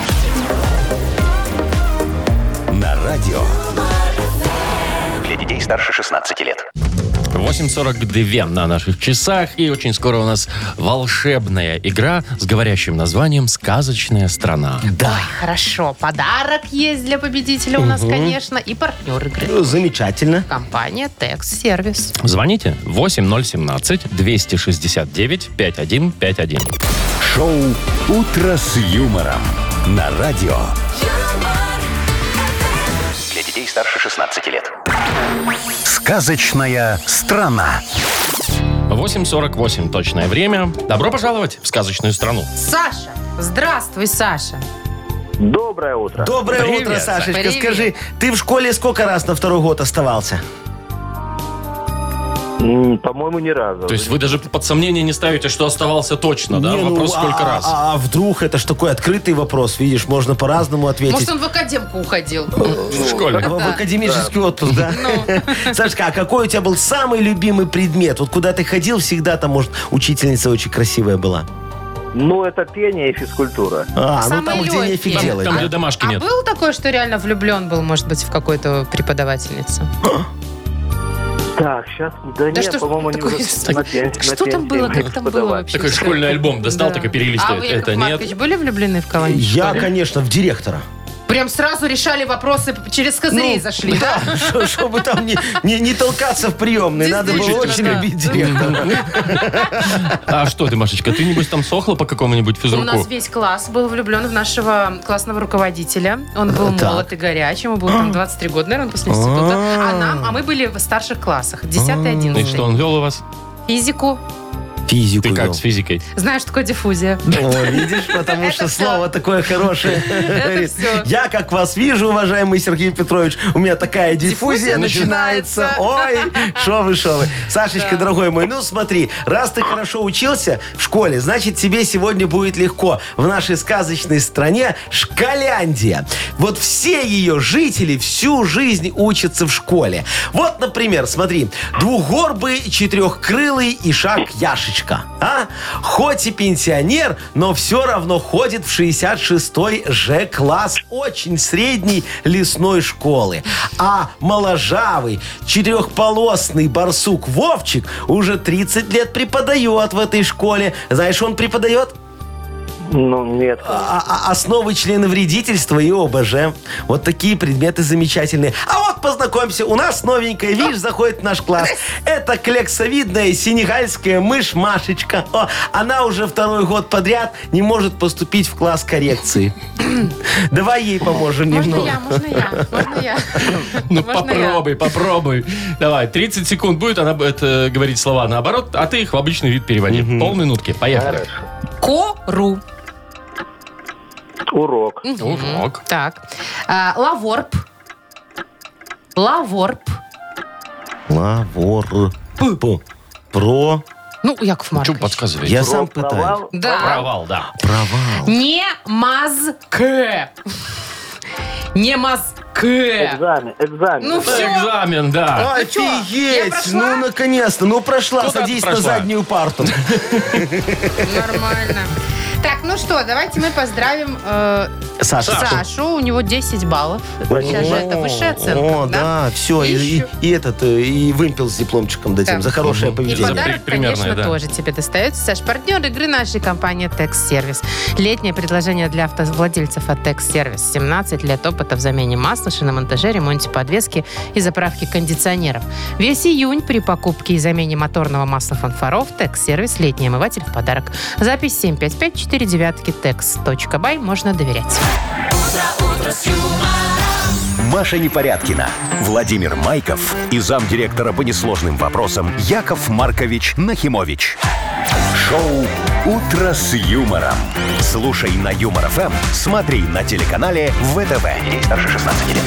На радио. Для детей старше 16 лет. 8:42 на наших часах. И очень скоро у нас волшебная игра с говорящим названием «Сказочная страна». Ой, хорошо. Подарок есть для победителя у нас, конечно. И партнер игры. Ну, замечательно. Компания Текс Сервис. Звоните 8017-269-5151. Шоу «Утро с юмором». На радио. Для детей старше 16 лет. Сказочная страна. 8:48 точное время. Добро пожаловать в сказочную страну. Саша. Здравствуй, Саша. Доброе утро. Доброе Привет, утро, Сашечка. Привет. Скажи, ты в школе сколько раз на второй год оставался? По-моему, ни разу. То есть вы даже под сомнение не ставите, что оставался точно, да? Не, ну, Вопрос сколько раз? А вдруг это ж такой открытый вопрос, видишь, можно по-разному ответить. Может, он в академку уходил? В школе. В академический отпуск, да? Сашка, а какой у тебя был самый любимый предмет? Вот куда ты ходил, всегда там, может, учительница очень красивая была. Ну, это пение и физкультура. Ну Самый там, где легкий. нефиг делать. Там, да? где домашки А нет. был такое, что реально влюблен был, может быть, в какую-то преподавательницу? Так, сейчас, да нет, что ж по-моему, не такое? уже на пенсии- Что на там пенсии было, не как там было преподаватель. вообще? Такой школьный альбом достал, Да. так и А перелистывает. вы, Яков Это нет. Маркович, были влюблены в кого-нибудь? Я, что ли? конечно, в директора. Прям сразу решали вопросы, через козырей зашли, да? Чтобы там не толкаться в приемной. Надо было очень Действительно, да. любить директора. А что ты, Машечка, ты, небось, там сохла по какому-нибудь У физруку? нас весь класс был влюблен в нашего классного руководителя. Он был Так. молод и горячий. Ему было там 23 года, наверное, после института. А мы были в старших классах. 10-11. И что, он вел у вас? Физику. Физику Ты как вел. с физикой? Знаешь, что такое диффузия? О, видишь, потому что Это всё. слово такое хорошее. Говорит, всё. я, как вас вижу, уважаемый Сергей Петрович, у меня такая диффузия Диффузия начинается. начинается. Ой, шо вы. Сашечка, дорогой мой, ну смотри, раз ты хорошо учился в школе, значит, тебе сегодня будет легко. В нашей сказочной стране Школяндия. Вот все ее жители всю жизнь учатся в школе. Вот, например, смотри, двухгорбый, четырехкрылый ишак Яшечка. А? Хоть и пенсионер, но все равно ходит в 66-й Ж-класс очень средней лесной школы. А моложавый, четырехполосный барсук Вовчик уже 30 лет преподает в этой школе. Знаешь, он преподает? Ну, нет. Основы членовредительства и ОБЖ. Вот такие предметы замечательные. А вот познакомься, у нас новенькая, видишь, заходит в наш класс. Это клексовидная сенегальская мышь Машечка. О, она уже второй год подряд не может поступить в класс коррекции. Давай ей поможем Можно немного. Можно я. Ну Можно я? попробуй. Давай, 30 секунд будет, она будет говорить слова наоборот, а ты их в обычный вид переводи. Полминутки, поехали. Кору. Урок. Урок. Так. Лаворп. Лаворп. Лавор. Про. Ну, Яков Что Маркович. подсказываете? Я сам пытаюсь. Провал. Да. Провал, да. Провал. Не мазке. Не мазке. Экзамен. Ну все. Экзамен, да. чё, я Офигеть! прошла? Ну, наконец-то. Ну, прошла. Куда ты Садись на прошла? заднюю парту. Нормально. Так, ну что, давайте мы поздравим Саша. Сашу. У него 10 баллов. Сейчас же это высшая оценка. О, да, все. И вымпел с дипломчиком дадим Так. за хорошее И поведение. подарок, примерное, конечно, да. тоже тебе достается. Саш, партнер игры нашей компании Текс Сервис. Летнее предложение для автовладельцев от Текс Сервис. 17 лет опыта в замене масла, шиномонтаже, ремонте подвески и заправке кондиционеров. Весь июнь при покупке и замене моторного масла фанфаров Текс Сервис летний омыватель в подарок. Запись 75549 tex.by. Можно доверять. Маша Непорядкина, Владимир Майков и замдиректора по несложным вопросам Яков Маркович Нахимович. Шоу «Утро с юмором». Слушай на Юмор ФМ, смотри на телеканале ВТВ. Ей старше 16 лет.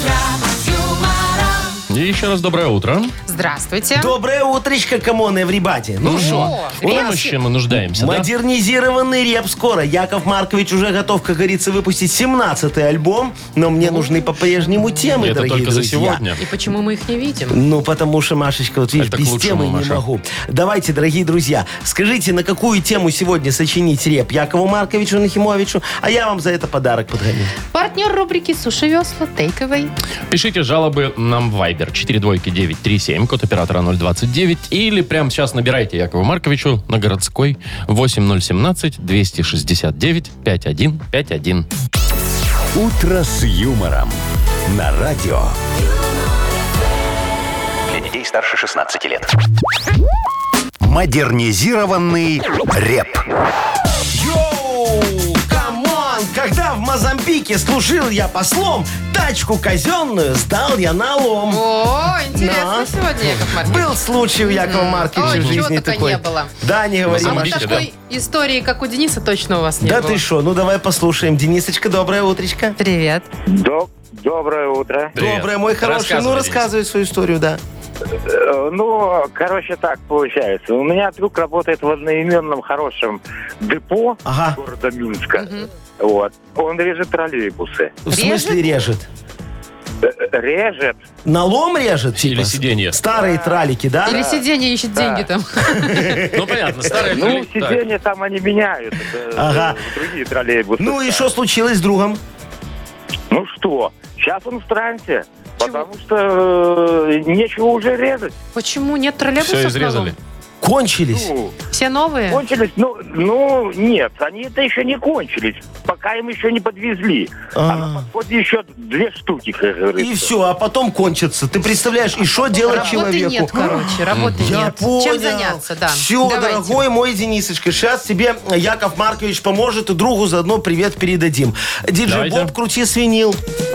И еще раз доброе утро. Здравствуйте. Доброе утречко, камон, эврибади. Ну что? В помощи мы нуждаемся, да? Модернизированный реп скоро. Яков Маркович уже готов, как говорится, выпустить 17-й альбом. Но мне нужны по-прежнему темы, Это дорогие только за друзья. сегодня. И почему мы их не видим? Ну, потому что, Машечка, вот видишь, Это к без лучшему, темы не Маша. могу. Давайте, дорогие друзья, скажите, на какую тему сегодня сочинить реп Якову Марковичу Нахимовичу, а я вам за это подарок подгоню. Партнер рубрики «Суши весла» Take Away. Пишите жалобы нам в Viber 42937, код оператора 029, или прямо сейчас набирайте Якову Марковичу на городской 8017-269-5151. «Утро с юмором» на радио. Для детей старше 16 лет. Модернизированный реп. Йоу, камон! Когда в Мозамбике служил я послом, тачку казенную сдал я на лом. О, интересно Да. сегодня, Яков Маркович. Был случай у Якова Марковича Ой, в чего жизни только такой. не было. Да, не говори, А вот Мозамбике, Машечка. такой истории, как у Дениса, точно у вас не Да было. ты что? Ну давай послушаем. Денисочка, доброе утречко. Привет. Доброе утро. Привет. Доброе, мой хороший. Ну Рассказывай, рассказывай свою историю, да. Ну, короче, так получается. У меня друг работает в одноименном хорошем депо Ага. города Минска. Вот. Он режет троллейбусы. В смысле режет? Режет. На лом режет? Или типа? сиденье. Старые тралики, да? Или сиденье ищет деньги там. Ну, понятно, старая Ну, троллей- так. сиденья там они меняют. Это, Ага. другие троллейбусы. Ну и ставят. что случилось с другом? Ну что, сейчас он в трансе. Потому что нечего уже резать. Почему нет троллейбусов? Все на изрезали. лом? Кончились. Ну, Все новые? кончились, ну, нет, они это еще не кончились, пока им еще не подвезли. А на подходе еще 2 штуки, как говорится. И все, а потом кончится. Ты представляешь, и что делать Работы человеку? нет, короче, работы Я нет. понял. Чем заняться, да. Все, Давайте. дорогой мой Денисочка, сейчас тебе Яков Маркович поможет, и другу заодно привет передадим. Диджей Давайте. Боб, крути свинил.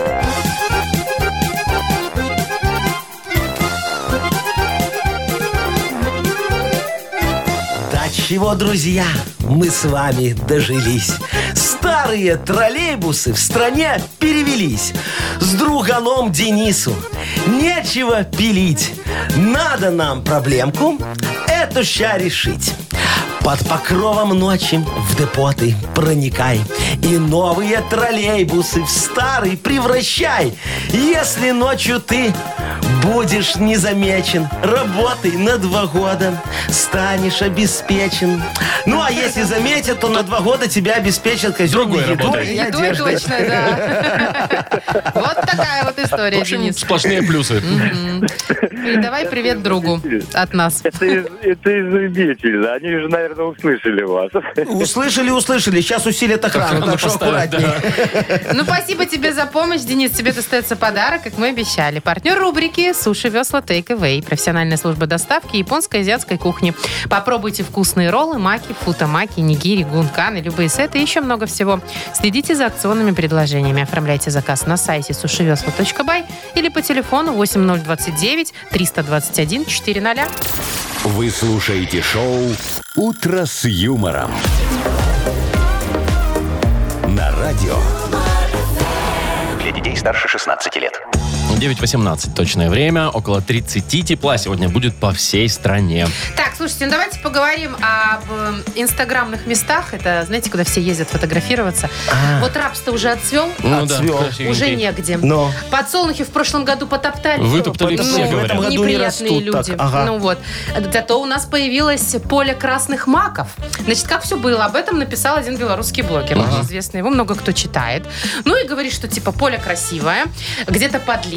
До чего, друзья, мы с вами дожились. Старые троллейбусы в стране перевелись. С друганом Денису нечего пилить. Надо нам проблемку эту ща решить. Под покровом ночи в депо ты проникай и новые троллейбусы в старый превращай. Если ночью ты будешь незамечен, работай на 2 года, станешь обеспечен. Ну, а если заметят, то на 2 года тебя обеспечат казенной Другой едой работой. и Едой одеждой. точно, да. Вот такая вот В история, общем, Денис. сплошные плюсы. Передавай привет другу от нас. Это изумительно. Они же, наверное, услышали вас. Услышали. Сейчас усилят охрану, Охрану так что поставят, аккуратнее. Ну, спасибо тебе за помощь, Денис. Тебе достается подарок, как мы обещали. Партнер рубрики «Суши весла Take Away». Профессиональная служба доставки японской и азиатской кухни. Попробуйте вкусные роллы, маки, футамаки, нигири, гунканы, любые сеты и еще много всего. Следите за акционными предложениями. Оформляйте заказ на сайте сушивесла.бай или по телефону 8029 321 400. Вы слушаете шоу «Утро с юмором» на радио. Для детей старше 16 лет. 9:18 точное время. Около 30 тепла сегодня будет по всей стране. Так, слушайте, ну давайте поговорим об инстаграмных местах. Это, знаете, куда все ездят фотографироваться. Вот рапс-то уже отцвел. Ну да, Отцвел. красивенький. Уже негде. Но. Подсолнухи в прошлом году потоптали. Вытоптали Потому все, что в этом говорят. году не Неприятные растут люди. так. Ага. Ну вот. Зато у нас появилось поле красных маков. Значит, как все было? Об этом написал один белорусский блогер, очень известный. Его много кто читает. Ну и говорит, что типа поле красивое, где-то под Лидлом,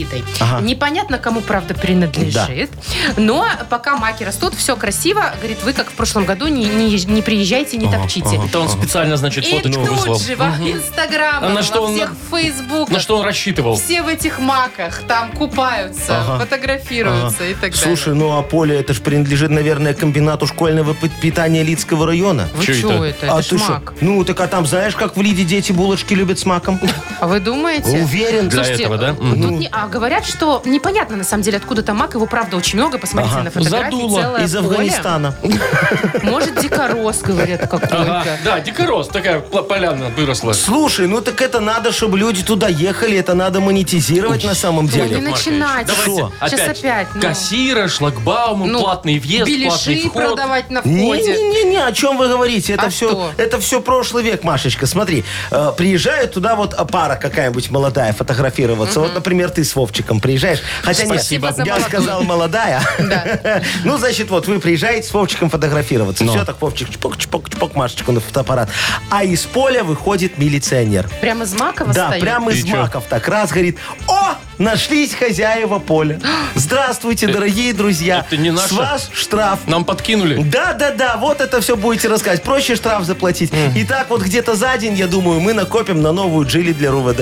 Лидой. Ага. Непонятно, кому, правда, принадлежит. Но пока маки растут, все красиво. Говорит, вы, как в прошлом году, не приезжайте, не топчите. Это он специально, значит, И фоточку тут выслал. же во Инстаграм, А на что во он- всех Фейсбуках. На что он рассчитывал? Все в этих маках там купаются, Ага. фотографируются и так далее. Слушай, ну а поле это ж принадлежит, наверное, комбинату школьного питания Лидского района. Вы Чё что это? это? А Это ж ты шо? мак. Ну, так а там знаешь, как в Лиде дети булочки любят с маком? А вы думаете? Уверен. Для Слушайте, этого, да? тут Мгм. говорят, что непонятно на самом деле, откуда там мак, его правда очень много. Посмотрите Ага. на фотографии, Задуло. целое Из поле. Афганистана. Может, дикорос, говорят, Ага, какой-то. да, дикорос, такая поляна выросла. Слушай, ну так это надо, чтобы люди туда ехали, это надо монетизировать на самом Ой, деле. не начинайте. Шо? Сейчас опять. ну. Кассиры, шлагбаумы, Ну, платный въезд, платный беляши вход. продавать на входе. Не-не-не, о чем вы говорите? А что? Это все прошлый век, Машечка. Смотри, приезжает туда вот пара какая-нибудь молодая фотографироваться. Вот, например, ты с Вовчиком приезжаешь. Хотя Спасибо нет, за я молодую. сказал молодая. Да. Ну, значит, вот вы приезжаете с Вовчиком фотографироваться. Но. Все, так Вовчик чпок-чпок-чпок Машечку на фотоаппарат. А из поля выходит милиционер. Прямо из Макова Да, встает? прямо из И чё? маков так раз говорит: о, нашлись хозяева поля. Здравствуйте, дорогие друзья. это не наше? С вас штраф. Нам подкинули. Да, вот это все будете рассказывать. Проще штраф заплатить. И так вот где-то за день, я думаю, мы накопим на новую Джили для РУВД.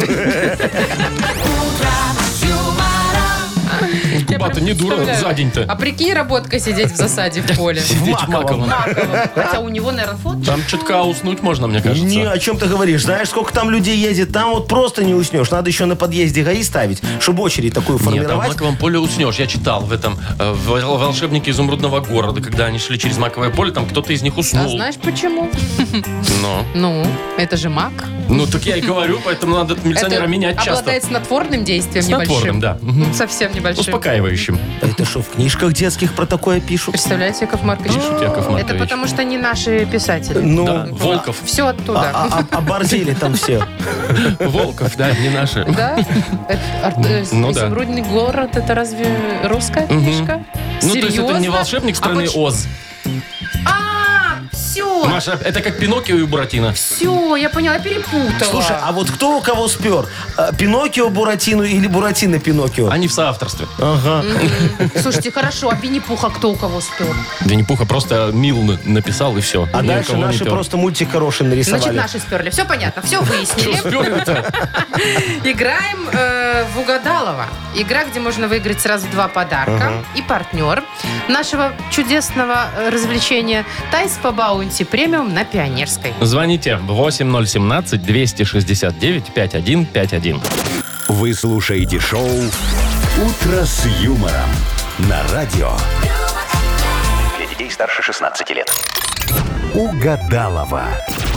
Куба-то не дура Представляю. за день-то. А прикинь, работка сидеть в засаде в поле. Сидеть в Маковом. Маковом. Хотя у него, наверное, фото. Там чутка уснуть можно, мне кажется. Не, о чем ты говоришь? Знаешь, сколько там людей ездит? Там вот просто не уснешь. Надо еще на подъезде ГАИ ставить, чтобы очередь такую Нет, там в формировать. Маковом поле уснешь. Я читал в этом в «Волшебнике изумрудного города», когда они шли через Маковое поле, там кто-то из них А уснул. знаешь почему? Но. Ну, это же мак. Ну, так я и говорю, поэтому надо милиционера менять часто. обладает снотворным действием Снотворным, небольшим. да. Мгм. Совсем небольшим. Успокаивающим. Это что, в книжках детских про такое пишут? Представляете, Яков Маркович? Пишут, Яков Это Маркович. потому что не наши писатели. Ну, Да, Волков. Все оттуда. оборзели там все. Волков, да, не наши. Да? Ну да. Изумрудный город, это разве русская книжка? Ну, то есть это не Серьезно? волшебник страны почему- Оз. Все, Маша, это как Пиноккио и Буратино. все, я поняла, перепутала. Слушай, а вот кто у кого спер? Пиноккио Буратино или Буратино Пиноккио? Они в соавторстве. Ага. Слушайте, хорошо, а Винни-Пуха кто у кого спер? Винни-Пуха просто Мил написал, и все. А дальше наши просто мультик хороший нарисовали. Значит, наши сперли. Все понятно, все выяснили. Играем в Угадалово. Игра, где можно выиграть сразу 2 подарка. И партнер нашего чудесного развлечения Тайс по Баунти премиум на Пионерской. Звоните 8017-269-5151. Вы слушаете шоу «Утро с юмором» на радио. Для детей старше 16 лет. Угадалова.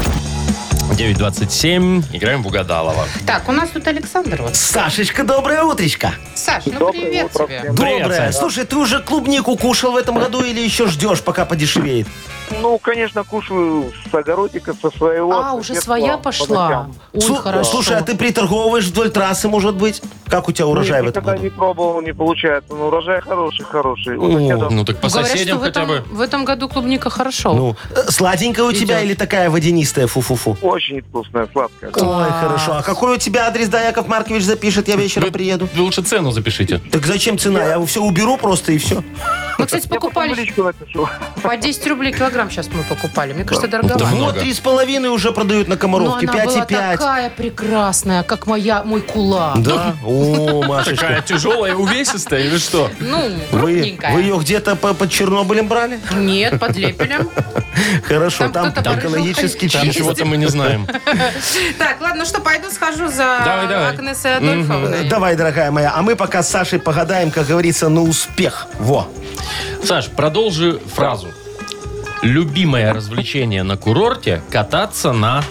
9:27. Играем в Угадалово. Так, у нас тут Александр. Вот. Сашечка, доброе утречко. Саш, ну привет тебе. Привет, Доброе. Саш. Слушай, ты уже клубнику кушал в этом году или еще ждешь, пока подешевеет? Ну, конечно, кушаю с огородика, со своего. А, уже своя пошла. Ой, хорошо. Слушай, а ты приторговываешь вдоль трассы, может быть? Как у тебя урожай в этом Никогда году? не пробовал, не получается. Но урожай хороший. Вот О. я даже- Ну так по Говорят, соседям что хотя бы. в этом году клубника хорошо. Ну, сладенькая у тебя Идет. или такая водянистая фу-фу-фу? Очень вкусная, сладкая. Ой, хорошо. А какой у тебя адрес, да, Яков Маркович запишет, я вечером приеду? Вы лучше цену запишите. Так зачем цена? Я все уберу просто и все. Мы, кстати, Я потом в покупали личку напишу. по 10 рублей килограмм сейчас мы покупали. Мне кажется, дороговато. Да. Вот много. 3,5 уже продают на Но Комаровке, она была 5,5. такая прекрасная, как мой кулак. Да? О, Такая Машечка. тяжелая, увесистая или что? Ну, Вы крупненькая. ее где-то под Чернобылем брали? Нет, под Лепелем. Хорошо, Там там кто-то экологически Там чисто. чего-то мы не знаем. Так, ладно, что, пойду схожу за Давай. Агнесой Адольфовной. Давай, дорогая моя, а мы пока с Сашей погадаем, как говорится, на успех. Во. Саш, продолжи фразу. Любимое развлечение на курорте – кататься на...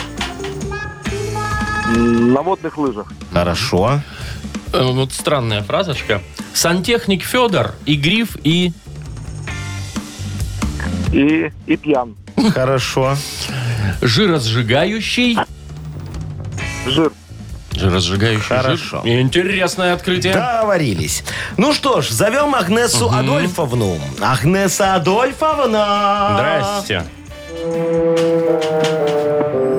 На водных лыжах. Хорошо. Вот странная фразочка. Сантехник Федор и гриф и... И пьян. Хорошо. Жиросжигающий... Жир. Жиросжигающий Хорошо. жир. Интересное открытие. Договорились. Ну что ж, зовем Агнесу Адольфовну. Агнеса Адольфовна. Здрасте. Ой,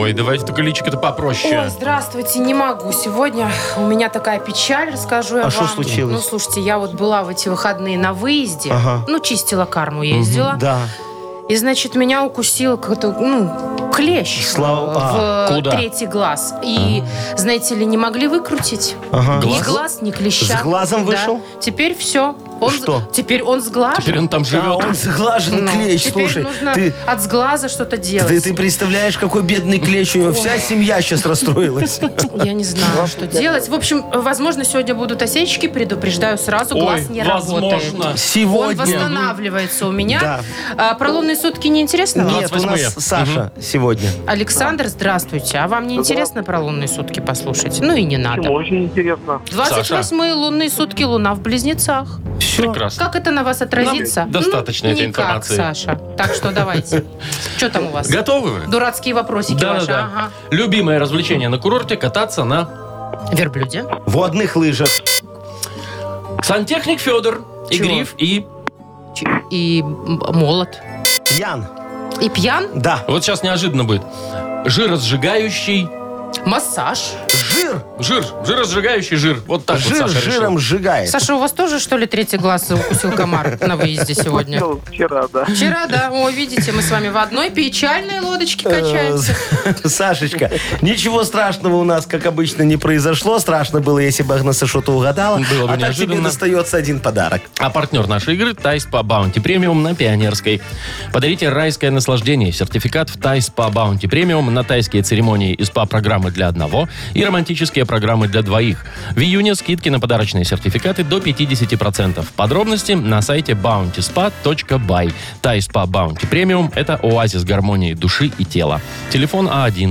Ой, давайте только личико-то попроще. Ой, здравствуйте, не могу. Сегодня у меня такая печаль, расскажу я вам. А что случилось? Ну, слушайте, я вот была в эти выходные на выезде. Ага. Ну, чистила карму, ездила. Да. И, значит, меня укусил какой-то, клещ в Куда? третий глаз. И, знаете ли, не могли выкрутить. Ага. Ни глаз, ни клеща. С глазом Да. вышел? Теперь все. Что? Теперь он сглажен. Теперь он там А живет. он сглажен Ну, клещ, теперь слушай. нужно Ты, от сглаза что-то делать. ты представляешь, какой бедный клещ у него. Вся семья сейчас расстроилась. Я не знаю, что делать. В общем, возможно, сегодня будут осечки. Предупреждаю сразу, глаз Ой, не работает. возможно. Он Сегодня. восстанавливается у меня. Да. Про лунные сутки не интересно вам? Нет, у нас 28-е. Саша сегодня. Александр, здравствуйте. А вам не интересно про лунные сутки послушать? Ну и не надо. Очень интересно. 28-е лунные сутки, луна в Близнецах. Прекрасно. Как это на вас отразится? Нам достаточно этой никак, информации. Саша. Так что давайте. Что там у вас? Готовы вы? Дурацкие вопросики ваши. Да-да-да. Ага. Любимое развлечение на курорте — кататься на... Верблюде. Водных лыжах. Сантехник Федор, и Чего? Гриф, и... И молот. Ян. И пьян. Да. Вот сейчас неожиданно будет. Жиросжигающий... Массаж. Жир. Жиросжигающий жир. Вот так вот Жир Саша решил. жиром сжигает. Саша, у вас тоже, что ли, третий глаз укусил комар на выезде сегодня? Ну, вчера, да. Вчера, да. О, видите, мы с вами в одной печальной лодочке качаемся. Сашечка, ничего страшного у нас, как обычно, не произошло. Страшно было, если бы Агнеса что-то угадала. Было бы А так тебе неожиданно. достается один подарок. А партнер нашей игры — Тайс по Баунти Премиум на Пионерской. Подарите райское наслаждение. Сертификат в Тайс по Баунти Премиум на тайские церемонии и СПА-программы для одного и романтические программы для двоих. В июне скидки на подарочные сертификаты до 50%. Подробности на сайте bountyspa.by. Тайс по Баунти Премиум — это оазис гармонии души и тела. Телефон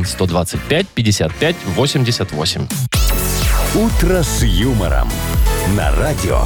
А1-125-55-88. «Утро с юмором» на радио.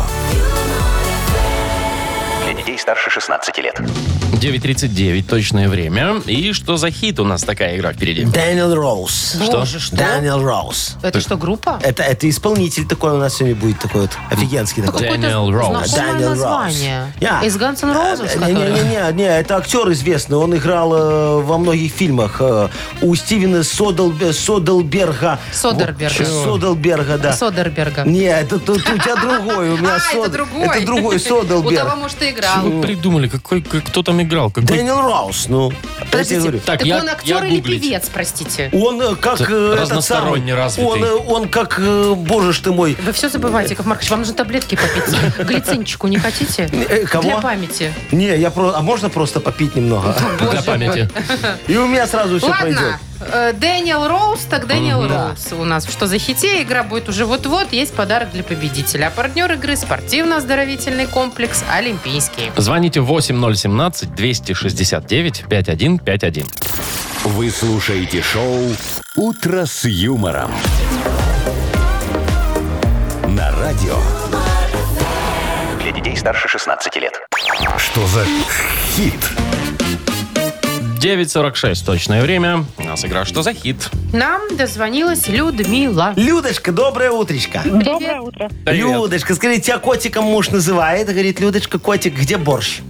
Для детей старше 16 лет. 9:39 точное время. И что за хит у нас такая игра впереди? Дэниел Роуз. Боже, что? Дэниел Роуз. Это что, группа? Это исполнитель такой у нас сегодня будет, такой вот офигенский такой. Дэниел Роуз. Знакомое Дэниел название. Роуз. Из Guns N' Roses, который? Не, это актер известный. Он играл во многих фильмах. У Стивена Содерберга. Содерберга. Содерберга, да. Содерберга. Не, это у тебя другой. У меня А, это другой. Это другой У Содерберг. того, может, и играл. Вы придумали, кто там играл? Какой... Дэниел Роуз, ну. Я тебе Подождите, говорю. Так, так я- он я актер или гуглить. певец, простите? Он как этот разносторонне самый, развитый. он как, боже ж ты мой, Вы все забываете, Яков Маркович. Вам нужно таблетки попить. Глицинчику не хотите? кого? Для памяти. Не, а можно просто попить немного? Для памяти. И у меня сразу все пройдет. Ладно, Дэниел Роуз, так Дэниел Роуз у нас. Что за хите? Игра будет уже вот-вот. Есть подарок для победителя. А партнер игры — спортивно-оздоровительный комплекс «Олимпийский». Звоните 8017-269-5151. Вы слушаете шоу «Утро с юмором» на радио. Для детей старше 16 лет. Что за хит? 9:46 точное время. У нас игра «Что за хит?». Нам дозвонилась Людмила. Людочка, доброе утречко. Доброе утро. Привет. Людочка, скажи, тебя котиком муж называет? Говорит, Людочка, котик, где борщ?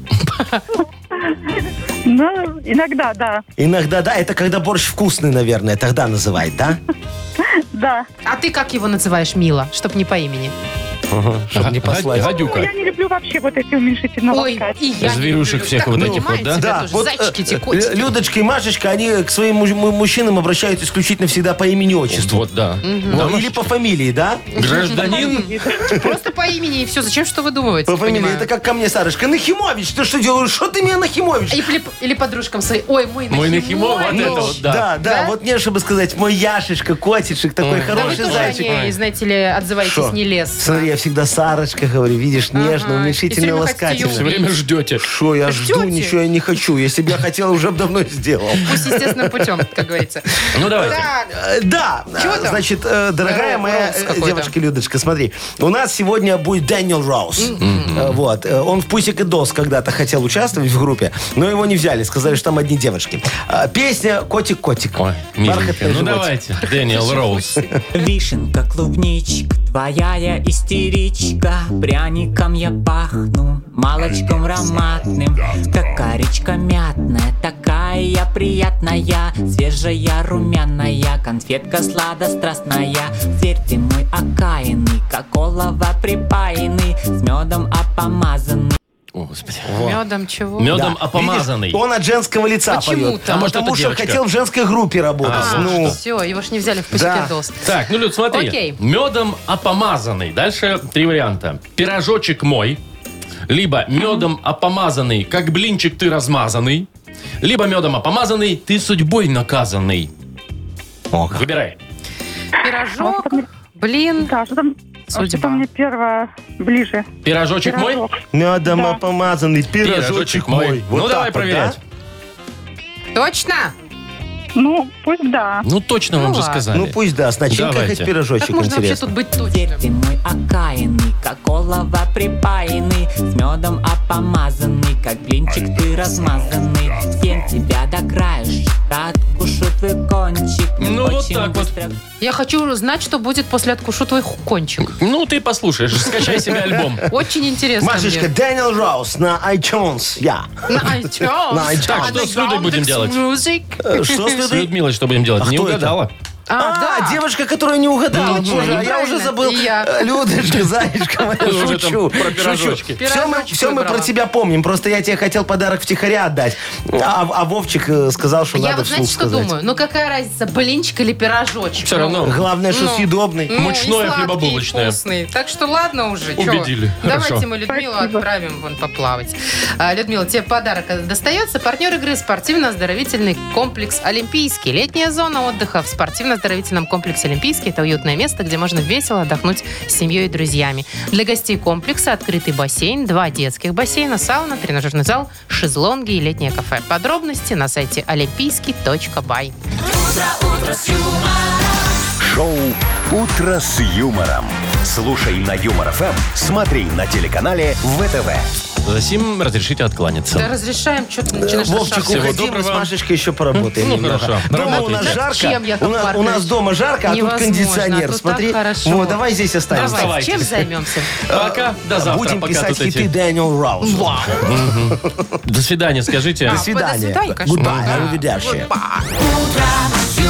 Ну, иногда, да. Иногда, да, это когда борщ вкусный, наверное, тогда называет, да? Да. А ты как его называешь, Мила? Чтоб не по имени. Чтобы не послать. Гадюка. Я не люблю вообще вот эти уменьшительно Ой, ласкать. и я не Зверюшек люблю. всех Так, вот этих понимаете, вот, да? это тоже зайчики, эти котики. Людочка и Машечка, они к своим мужчинам обращаются исключительно всегда по имени-отчеству. Вот, да. Ну, или по фамилии, да? Гражданин. Просто по имени и все. Зачем что выдумываете? По фамилии. понимаю. Это как ко мне, Сарочка. Нахимович, ты что делаешь? Что ты меня Нахимович? Или подружкам своей. Ой, мой Мой Нахимов, вот Нахимович. это вот, да. Да, Да? вот не, чтобы сказать, мой Яшечка, котичек, такой Ой. Да вы хороший тоже зайчик. о ней, знаете ли, отзываетесь Шо? нелестно. Смотри, я всегда Сарочка говорю, видишь, нежно, и всё уменьшительно, время хотите ласкательно. её Все время ждете. Шо, я жду, Ждете? ничего я не хочу. Если бы я хотел, уже бы давно сделал. Пусть естественным путем, как говорится. Ну, давайте. Так, Да, Чего там? значит, дорогая моя Роуз какой-то. девочка Людочка, смотри, у нас сегодня будет Дэниел Роуз. Вот, он в Пусик и Дос когда-то хотел участвовать в группе, но его не взяли, сказали, что там одни девочки. Песня «Котик-котик». Ой, миленькая. Бархатный Ну, животик. давайте. Дэниел Роуз. Вишенка, клубничка, Твоя я истеричка, пряником я пахну, молочком ароматным, как коричка мятная. Такая я приятная, свежая, румяная, конфетка сладострастная. Зверь ты мой окаянный, как олово припаянный, с медом опомазанный. О, Господи. Медом чего? Медом Да. опомазанный. Видишь, он от женского лица Почему поет. так? А может, Потому это что девочка? хотел в женской группе работать. Ну, Все, его ж не взяли в Pussycat Dolls. Так, ну, Люд, смотри. Окей. Медом опомазанный. Дальше 3 варианта. Пирожочек мой. Либо медом опомазанный, как блинчик ты размазанный. Либо медом опомазанный, ты судьбой наказанный. Выбирай. Пирожок, блин, Да, что-то судьба. мне первое ближе. Пирожочек мой? Пирожок. медом Да. опомазанный пирожочек мой. Вот Ну, так давай вот, проверять. Точно? Ну, пусть да. Ну, точно вам Ну, же ладно. сказали. Ну пусть да, с начинкой Давайте. хоть пирожочек, Как можно вообще интересно. тут быть Зверь ты точным? мой окаянный, как олово припаянный, с медом опомазанный, как блинчик ты размазанный. Съем тебя до краешка, откушу твой кончик. Ну, вот Очень так вот. быстро. Я хочу знать, что будет после «Откушу твой кончик». Ну, ты послушаешь, скачай себе альбом. Очень интересно Машечка, мне. Дэниел Роуз на iTunes. Я. На iTunes. На iTunes. Так, что с Людой будем делать? Music. Что с С Людой? Людмилой что будем делать? А Не кто это? угадала. Да. девушка, которая не угадала. Точно, Боже, а я неправильно. уже забыл. И я. Людочка, зайчка моя, Ты уже там шучу. про пирожочки. Пирожочек Все мы выбрала. про тебя помним. Просто я тебе хотел подарок втихаря отдать. А Вовчик сказал, что Я надо вот знаете, вслух что сказать. думаю? Ну какая разница, блинчик или пирожочек? Все равно. Главное, что съедобный. Ну, Мучное, и сладкий, хлебобулочное. и вкусный. Так что ладно уже. чё? Убедили. Давайте Хорошо. мы Людмилу Спасибо. отправим вон поплавать. Людмила, тебе подарок достается. Партнер игры спортивно-оздоровительный комплекс «Олимпийский». Летняя зона отдыха в спортивно-оздоровительном комплексе «Олимпийский» — это уютное место, где можно весело отдохнуть с семьей и друзьями. Для гостей комплекса открытый бассейн, 2 детских бассейна, сауна, тренажерный зал, шезлонги и летнее кафе. Подробности на сайте олимпийский.бай. Шоу «Утро с юмором». Слушай на Юмор ФМ, смотри на телеканале ВТВ. Засим разрешите откланяться. Да разрешаем, что ты начинаешь Вовчик, шашаться? уходи, мы с доброго. Машечкой еще поработаем Ну, немного. хорошо, Дома у работайте. нас жарко. Зачем, Яков У нас Маркович? дома жарко, а тут Невозможно, кондиционер. а тут Смотри. так хорошо. Вот, давай здесь останемся. Давай, Оставайтесь. чем займемся? Пока, до завтра. Будем пока писать тут хиты эти... Дэниел Роуз. До свидания, скажите. До свидания. До свидания, конечно. Goodbye, arrivederci. Goodbye. Утро с